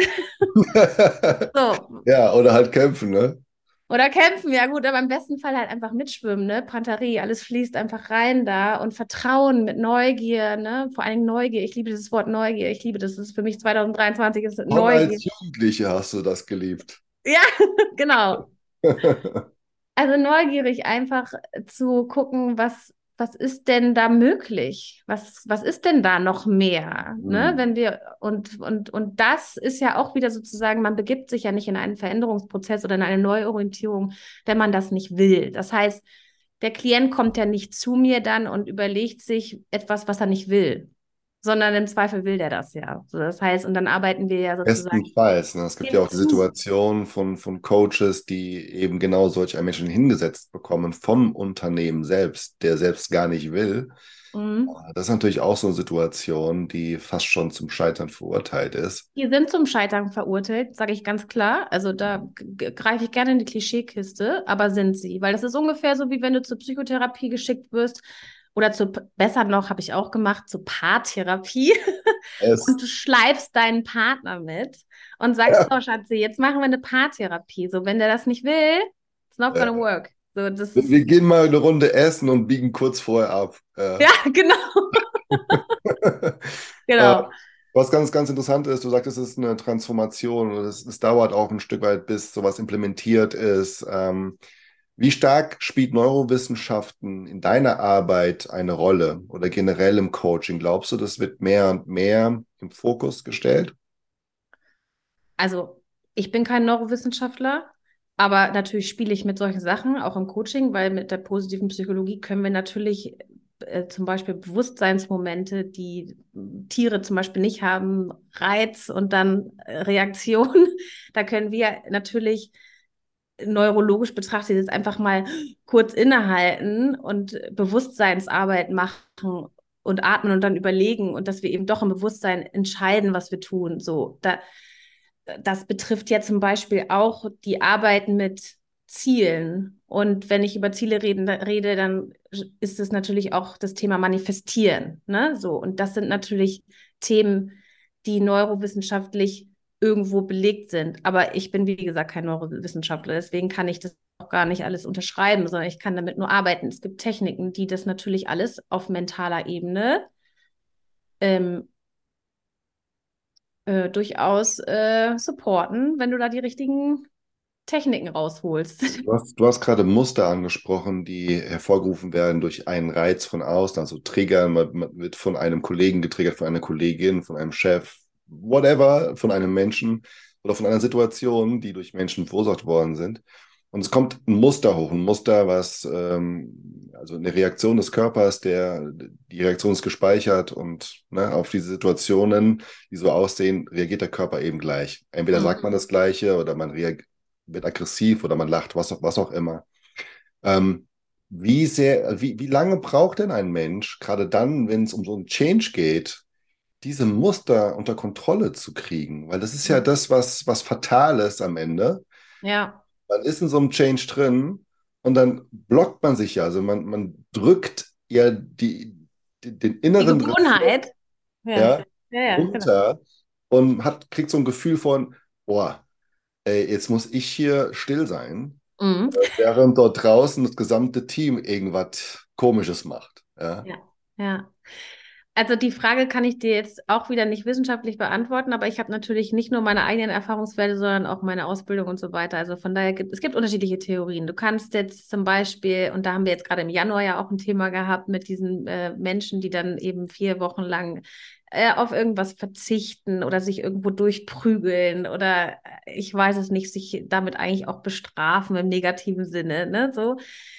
So. Ja, oder halt kämpfen, ne? Oder kämpfen, ja gut, aber im besten Fall halt einfach mitschwimmen, ne? Panterie, alles fließt einfach rein da und Vertrauen mit Neugier, ne? Vor allen Dingen Neugier. Ich liebe dieses Wort Neugier. Ich liebe das. Das ist für mich zwanzig dreiundzwanzig ist Schon Neugier. als Jugendliche hast du das geliebt. Ja, genau. Also neugierig einfach zu gucken, was, was ist denn da möglich? Was, was ist denn da noch mehr? Ne? Hm. Wenn wir, und, und, und das ist ja auch wieder sozusagen, man begibt sich ja nicht in einen Veränderungsprozess oder in eine Neuorientierung, wenn man das nicht will. Das heißt, der Klient kommt ja nicht zu mir dann und überlegt sich etwas, was er nicht will, sondern im Zweifel will der das ja. So, das heißt, und dann arbeiten wir ja sozusagen Bestenfalls. Ne? Es gibt ja auch die hinzu. Situation von, von Coaches, die eben genau solch einen Menschen hingesetzt bekommen vom Unternehmen selbst, der selbst gar nicht will. Mhm. Das ist natürlich auch so eine Situation, die fast schon zum Scheitern verurteilt ist. Die sind zum Scheitern verurteilt, sage ich ganz klar. Also da greife ich gerne in die Klischeekiste, aber sind sie. Weil das ist ungefähr so, wie wenn du zur Psychotherapie geschickt wirst oder zu, besser noch, habe ich auch gemacht, zur Paartherapie Es, und du schleifst deinen Partner mit und sagst, ja, so Schatzi, jetzt machen wir eine Paartherapie. So, wenn der das nicht will, it's not gonna äh, work. So, das wir, ist, wir gehen mal eine Runde essen und biegen kurz vorher ab. Äh. ja, genau. Genau. Was ganz, ganz interessant ist, du sagtest, es ist eine Transformation und es, es dauert auch ein Stück weit, bis sowas implementiert ist. Ähm, wie stark spielt Neurowissenschaften in deiner Arbeit eine Rolle oder generell im Coaching? Glaubst du, das wird mehr und mehr im Fokus gestellt? Also, ich bin kein Neurowissenschaftler, aber natürlich spiele ich mit solchen Sachen, auch im Coaching, weil mit der positiven Psychologie können wir natürlich äh, zum Beispiel Bewusstseinsmomente, die Tiere zum Beispiel nicht haben, Reiz und dann äh, Reaktion. Da können wir natürlich neurologisch betrachtet jetzt einfach mal kurz innehalten und Bewusstseinsarbeit machen und atmen und dann überlegen und dass wir eben doch im Bewusstsein entscheiden, was wir tun. So, da, das betrifft ja zum Beispiel auch die Arbeiten mit Zielen. Und wenn ich über Ziele reden, rede, dann ist es natürlich auch das Thema Manifestieren. Ne? So, und das sind natürlich Themen, die neurowissenschaftlich irgendwo belegt sind. Aber ich bin, wie gesagt, kein Neurowissenschaftler. Deswegen kann ich das auch gar nicht alles unterschreiben, sondern ich kann damit nur arbeiten. Es gibt Techniken, die das natürlich alles auf mentaler Ebene ähm, äh, durchaus äh, supporten, wenn du da die richtigen Techniken rausholst. Du hast, du hast gerade Muster angesprochen, die hervorgerufen werden durch einen Reiz von außen, also Triggern, man, man wird von einem Kollegen getriggert, von einer Kollegin, von einem Chef, whatever, von einem Menschen oder von einer Situation, die durch Menschen verursacht worden sind. Und es kommt ein Muster hoch, ein Muster, was, ähm, also eine Reaktion des Körpers, der, die Reaktion ist gespeichert und ne, auf diese Situationen, die so aussehen, reagiert der Körper eben gleich. Entweder sagt man Mhm. das Gleiche oder man reagiert wird aggressiv oder man lacht, was, auch- was auch immer. Ähm, wie sehr, wie, wie lange braucht denn ein Mensch, gerade dann, wenn es um so einen Change geht, diese Muster unter Kontrolle zu kriegen? Weil das ist ja das, was, was fatal ist am Ende. Ja, Man ist in so einem Change drin und dann blockt man sich ja. Also man, man drückt ja die, die, den die inneren Reflex, Gewohnheit. Ja, ja, ja, ja, genau. runter und hat, kriegt so ein Gefühl von, boah, ey, jetzt muss ich hier still sein, Mhm. während dort draußen das gesamte Team irgendwas Komisches macht. Ja. Ja, ja. Also die Frage kann ich dir jetzt auch wieder nicht wissenschaftlich beantworten, aber ich habe natürlich nicht nur meine eigenen Erfahrungswerte, sondern auch meine Ausbildung und so weiter. Also von daher gibt es gibt unterschiedliche Theorien. Du kannst jetzt zum Beispiel, und da haben wir jetzt gerade im Januar ja auch ein Thema gehabt mit diesen äh, Menschen, die dann eben vier Wochen lang äh, auf irgendwas verzichten oder sich irgendwo durchprügeln oder äh, ich weiß es nicht, sich damit eigentlich auch bestrafen im negativen Sinne, ne? So.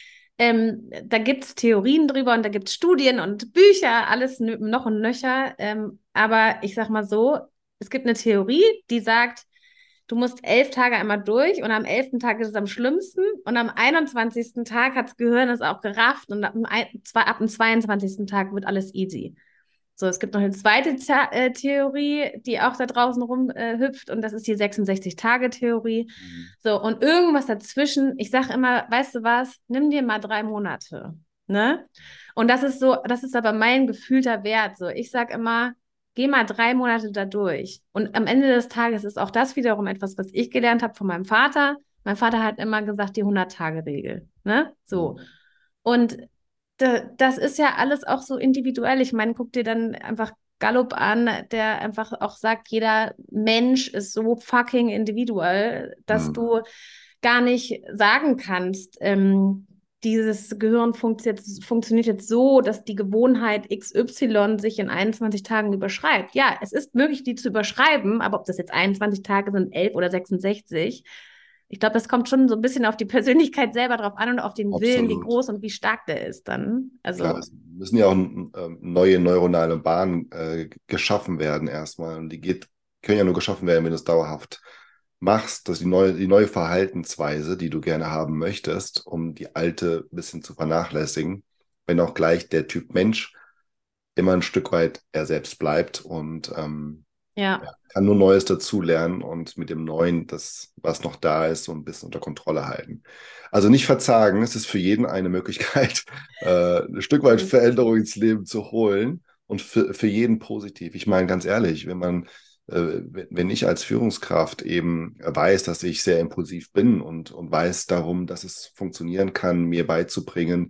Ähm, da gibt es Theorien drüber und da gibt es Studien und Bücher, alles noch und nöcher. Ähm, aber ich sag mal so, es gibt eine Theorie, die sagt, du musst elf Tage einmal durch und am elften Tag ist es am schlimmsten und am einundzwanzigsten Tag hat das Gehirn es auch gerafft und ab dem, ein, zwei, ab dem zweiundzwanzigsten Tag wird alles easy. So, es gibt noch eine zweite The äh, Theorie, die auch da draußen rumhüpft äh, hüpft, und das ist die sechsundsechzig-Tage-Theorie. Mhm. So, und irgendwas dazwischen, ich sage immer, weißt du was, nimm dir mal drei Monate, ne? Und das ist so, das ist aber mein gefühlter Wert. So, ich sage immer, geh mal drei Monate da durch. Und am Ende des Tages ist auch das wiederum etwas, was ich gelernt habe von meinem Vater. Mein Vater hat immer gesagt, die hundert-Tage-Regel, ne? So. Mhm. Und da, das ist ja alles auch so individuell. Ich meine, guck dir dann einfach Gallup an, der einfach auch sagt, jeder Mensch ist so fucking individuell, dass Mhm. du gar nicht sagen kannst, ähm, dieses Gehirn funkt jetzt, funktioniert jetzt so, dass die Gewohnheit X Y sich in einundzwanzig Tagen überschreibt. Ja, es ist möglich, die zu überschreiben, aber ob das jetzt einundzwanzig Tage sind, elf oder sechsundsechzig, ich glaube, das kommt schon so ein bisschen auf die Persönlichkeit selber drauf an und auf den Willen, wie Absolut. groß und wie stark der ist dann. Klar, Also, es müssen ja auch ähm, neue neuronale Bahnen äh, geschaffen werden erstmal. Und die geht, können ja nur geschaffen werden, wenn du es dauerhaft machst. Das ist die neue, die neue Verhaltensweise, die du gerne haben möchtest, um die alte ein bisschen zu vernachlässigen. Wenn auch gleich der Typ Mensch immer ein Stück weit er selbst bleibt und ähm, ja, ja. kann nur Neues dazulernen und mit dem Neuen, das, was noch da ist, so ein bisschen unter Kontrolle halten. Also nicht verzagen, es ist für jeden eine Möglichkeit, äh, ein Stück weit Veränderung ins Leben zu holen und für, für jeden positiv. Ich meine, ganz ehrlich, wenn man, äh, wenn ich als Führungskraft eben weiß, dass ich sehr impulsiv bin und, und weiß darum, dass es funktionieren kann, mir beizubringen,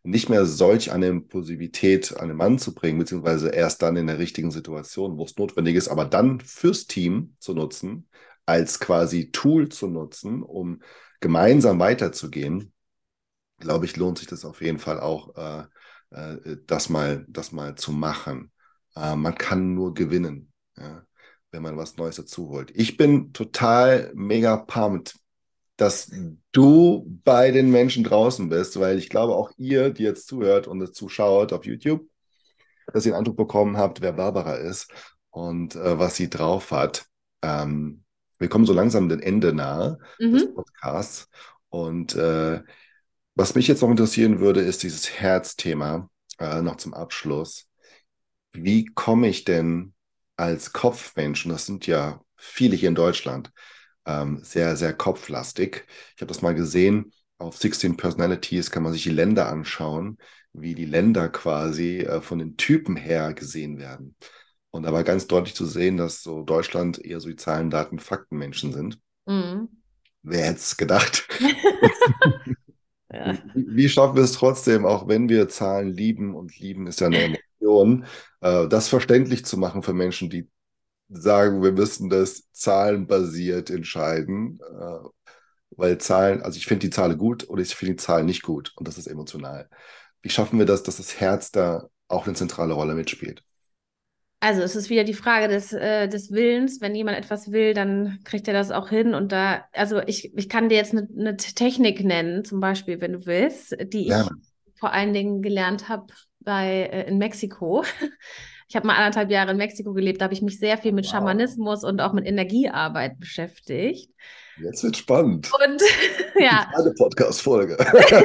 nicht mehr solch eine Impulsivität an den Mann zu bringen, beziehungsweise erst dann in der richtigen Situation, wo es notwendig ist, aber dann fürs Team zu nutzen, als quasi Tool zu nutzen, um gemeinsam weiterzugehen, glaube ich, lohnt sich das auf jeden Fall auch, äh, äh, das mal, das mal zu machen. Äh, man kann nur gewinnen, ja, wenn man was Neues dazu holt. Ich bin total mega pumped, dass du bei den Menschen draußen bist, weil ich glaube, auch ihr, die jetzt zuhört und es zuschaut auf YouTube, dass ihr einen Eindruck bekommen habt, wer Barbara ist und äh, was sie drauf hat. Ähm, wir kommen so langsam dem Ende nahe des Mhm. Podcasts und äh, was mich jetzt noch interessieren würde, ist dieses Herzthema, äh, noch zum Abschluss. Wie komme ich denn als Kopfmensch, und das sind ja viele hier in Deutschland, ähm, sehr, sehr kopflastig. Ich habe das mal gesehen, auf sechzehn Personalities kann man sich die Länder anschauen, wie die Länder quasi äh, von den Typen her gesehen werden. Und da war ganz deutlich zu sehen, dass so Deutschland eher so die Zahlen, Daten, Fakten Menschen sind. Mhm. Wer hätte es gedacht? Ja. Wie, wie schaffen wir es trotzdem, auch wenn wir Zahlen lieben, und lieben ist ja eine Emotion, äh, das verständlich zu machen für Menschen, die sagen, wir müssen das zahlenbasiert entscheiden, äh, weil Zahlen, also ich finde die Zahl gut oder ich finde die Zahl nicht gut und das ist emotional. Wie schaffen wir das, dass das Herz da auch eine zentrale Rolle mitspielt? Also es ist wieder die Frage des, äh, des Willens. Wenn jemand etwas will, dann kriegt er das auch hin. Und da, also ich, ich kann dir jetzt eine, eine Technik nennen, zum Beispiel, wenn du willst, die ich Gerne. vor allen Dingen gelernt habe bei, äh, in Mexiko. Ich habe mal anderthalb Jahre in Mexiko gelebt, da habe ich mich sehr viel mit Wow, Schamanismus und auch mit Energiearbeit beschäftigt. jetzt wird spannend. Und Die ja, zweite Podcast-Folge.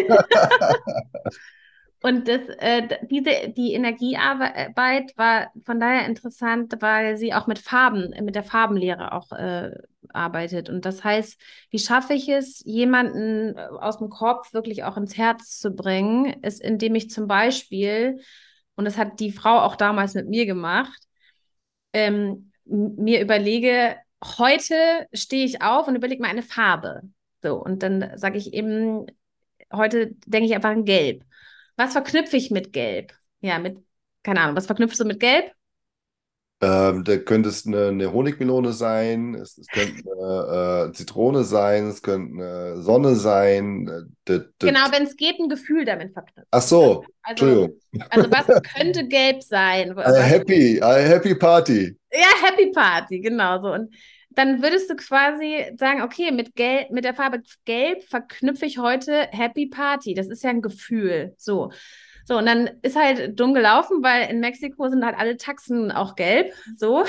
und das, äh, d- diese, die Energiearbeit war von daher interessant, weil sie auch mit Farben, mit der Farbenlehre auch äh, arbeitet. Und das heißt, wie schaffe ich es, jemanden äh, aus dem Kopf wirklich auch ins Herz zu bringen, ist, indem ich zum Beispiel, und das hat die Frau auch damals mit mir gemacht, ähm, m- mir überlege, heute stehe ich auf und überlege mir eine Farbe. So, und dann sage ich eben, heute denke ich einfach an Gelb. Was verknüpfe ich mit Gelb? Ja, mit, keine Ahnung, was verknüpfst du mit Gelb? Ähm, da könnte es eine, eine Honigmelone sein, es, es könnte eine äh, Zitrone sein, es könnte eine Sonne sein. Äh, d- d- Genau, wenn es geht, ein Gefühl damit Ach verknüpfen. Ne? so, Also, Entschuldigung. also was könnte gelb sein? A Was, happy, a happy party. ja, Happy Party, genau so. Und dann würdest du quasi sagen, okay, mit Gelb, mit der Farbe Gelb verknüpfe ich heute Happy Party. Das ist ja ein Gefühl. So. So, und dann ist halt dumm gelaufen, weil in Mexiko sind halt alle Taxen auch gelb. So.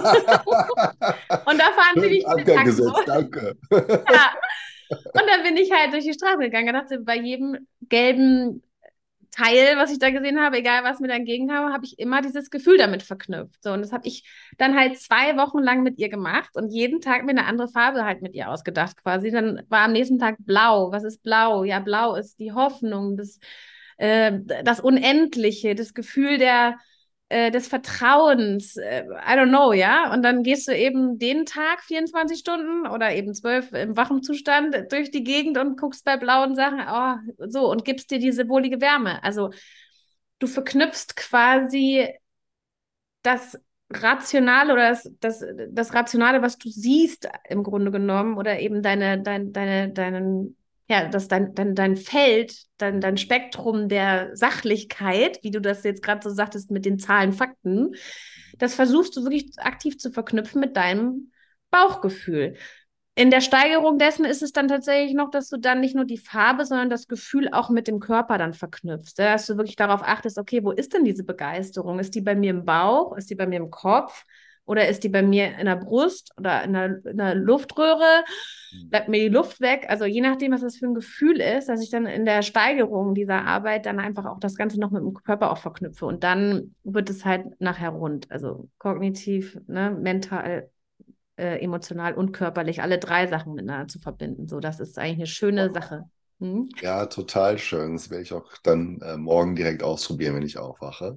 Und da fahren Schön ziemlich viele Anker Taxen. gesetzt, danke. Ja. Und dann bin ich halt durch die Straße gegangen und dachte, bei jedem gelben Teil, was ich da gesehen habe, egal was mir da entgegenkam, habe ich immer dieses Gefühl damit verknüpft. So, und das habe ich dann halt zwei Wochen lang mit ihr gemacht und jeden Tag mir eine andere Farbe halt mit ihr ausgedacht quasi. Dann war am nächsten Tag blau. Was ist blau? Ja, blau ist die Hoffnung, das, äh, das Unendliche, das Gefühl der, äh, des Vertrauens. Äh, I don't know, ja. Und dann gehst du eben den Tag vierundzwanzig Stunden oder eben zwölf im wachen Zustand durch die Gegend und guckst bei blauen Sachen, oh, so, und gibst dir diese wohlige Wärme. Also du verknüpfst quasi das Rationale oder das, das, das Rationale, was du siehst im Grunde genommen, oder eben deine, dein, deine, deinen, ja, das dein, dein, dein Feld, dein, dein Spektrum der Sachlichkeit, wie du das jetzt gerade so sagtest mit den Zahlen, Fakten, das versuchst du wirklich aktiv zu verknüpfen mit deinem Bauchgefühl. In der Steigerung dessen ist es dann tatsächlich noch, dass du dann nicht nur die Farbe, sondern das Gefühl auch mit dem Körper dann verknüpfst. Ja, dass du wirklich darauf achtest, okay, wo ist denn diese Begeisterung? Ist die bei mir im Bauch? Ist die bei mir im Kopf? Oder ist die bei mir in der Brust oder in der, in der Luftröhre? Bleibt mir die Luft weg? Also je nachdem, was das für ein Gefühl ist, dass ich dann in der Steigerung dieser Arbeit dann einfach auch das Ganze noch mit dem Körper auch verknüpfe. Und dann wird es halt nachher rund. Also kognitiv, ne, mental, äh, emotional und körperlich, alle drei Sachen miteinander zu verbinden. So, das ist eigentlich eine schöne Sache. Hm? Ja, total schön. Das werde ich auch dann äh, morgen direkt ausprobieren, wenn ich aufwache.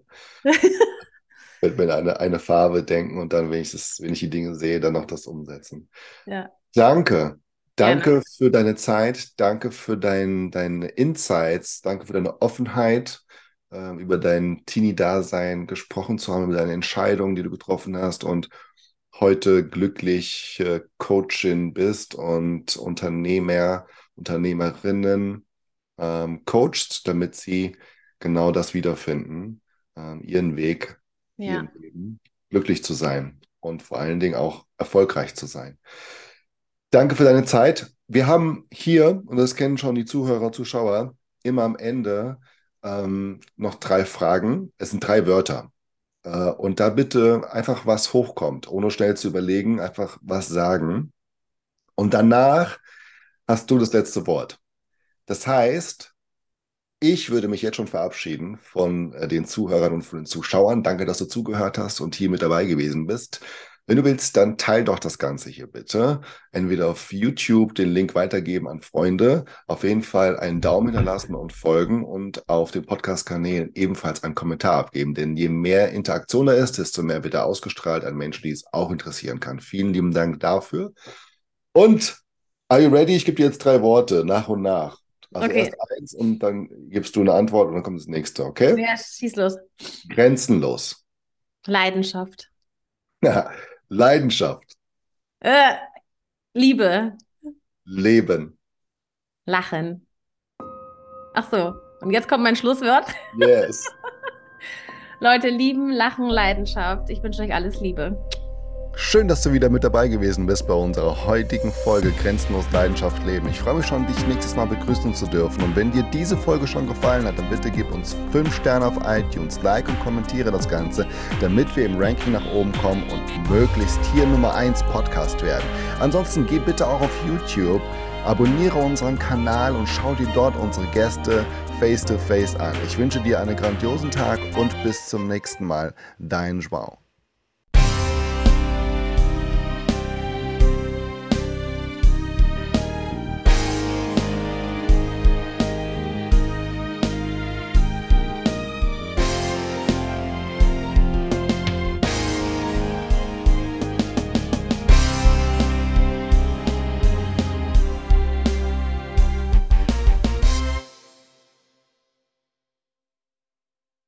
Ich werde mir eine, eine Farbe denken und dann, wenn ich das, wenn ich die Dinge sehe, dann noch das umsetzen. Ja. Danke. Gerne. Danke für deine Zeit, danke für dein, deine Insights, danke für deine Offenheit, äh, über dein Teenie-Dasein gesprochen zu haben, über deine Entscheidungen, die du getroffen hast und heute glücklich äh, Coachin bist und Unternehmer, Unternehmerinnen ähm, coachst, damit sie genau das wiederfinden, ähm, ihren Weg hier Ja. im Leben, glücklich zu sein und vor allen Dingen auch erfolgreich zu sein. Danke für deine Zeit. Wir haben hier, und das kennen schon die Zuhörer, Zuschauer, immer am Ende ähm, noch drei Fragen. Es sind drei Wörter. Äh, und da bitte einfach was hochkommt, ohne schnell zu überlegen, einfach was sagen. Und danach hast du das letzte Wort. Das heißt, ich würde mich jetzt schon verabschieden von äh, den Zuhörern und von den Zuschauern. Danke, dass du zugehört hast und hier mit dabei gewesen bist. Wenn du willst, dann teil doch das Ganze hier bitte. Entweder auf YouTube den Link weitergeben an Freunde, auf jeden Fall einen Daumen hinterlassen und folgen und auf den Podcast-Kanälen ebenfalls einen Kommentar abgeben. Denn je mehr Interaktion da ist, desto mehr wird da ausgestrahlt an Menschen, die es auch interessieren kann. Vielen lieben Dank dafür. Und are you ready? Ich gebe dir jetzt drei Worte nach und nach. Also Okay. erst eins und dann gibst du eine Antwort und dann kommt das nächste, okay? Ja, schieß los. Grenzenlos. Leidenschaft. Ja, Leidenschaft. Äh, Liebe. Leben. Lachen. Ach so. Und jetzt kommt mein Schlusswort. Yes. Leute, lieben, lachen, Leidenschaft. Ich wünsche euch alles Liebe. Schön, dass du wieder mit dabei gewesen bist bei unserer heutigen Folge Grenzenlos Leidenschaft leben. Ich freue mich schon, dich nächstes Mal begrüßen zu dürfen. Und wenn dir diese Folge schon gefallen hat, dann bitte gib uns fünf Sterne auf iTunes, like und kommentiere das Ganze, damit wir im Ranking nach oben kommen und möglichst hier Nummer eins Podcast werden. Ansonsten geh bitte auch auf YouTube, abonniere unseren Kanal und schau dir dort unsere Gäste face to face an. Ich wünsche dir einen grandiosen Tag und bis zum nächsten Mal. Dein João.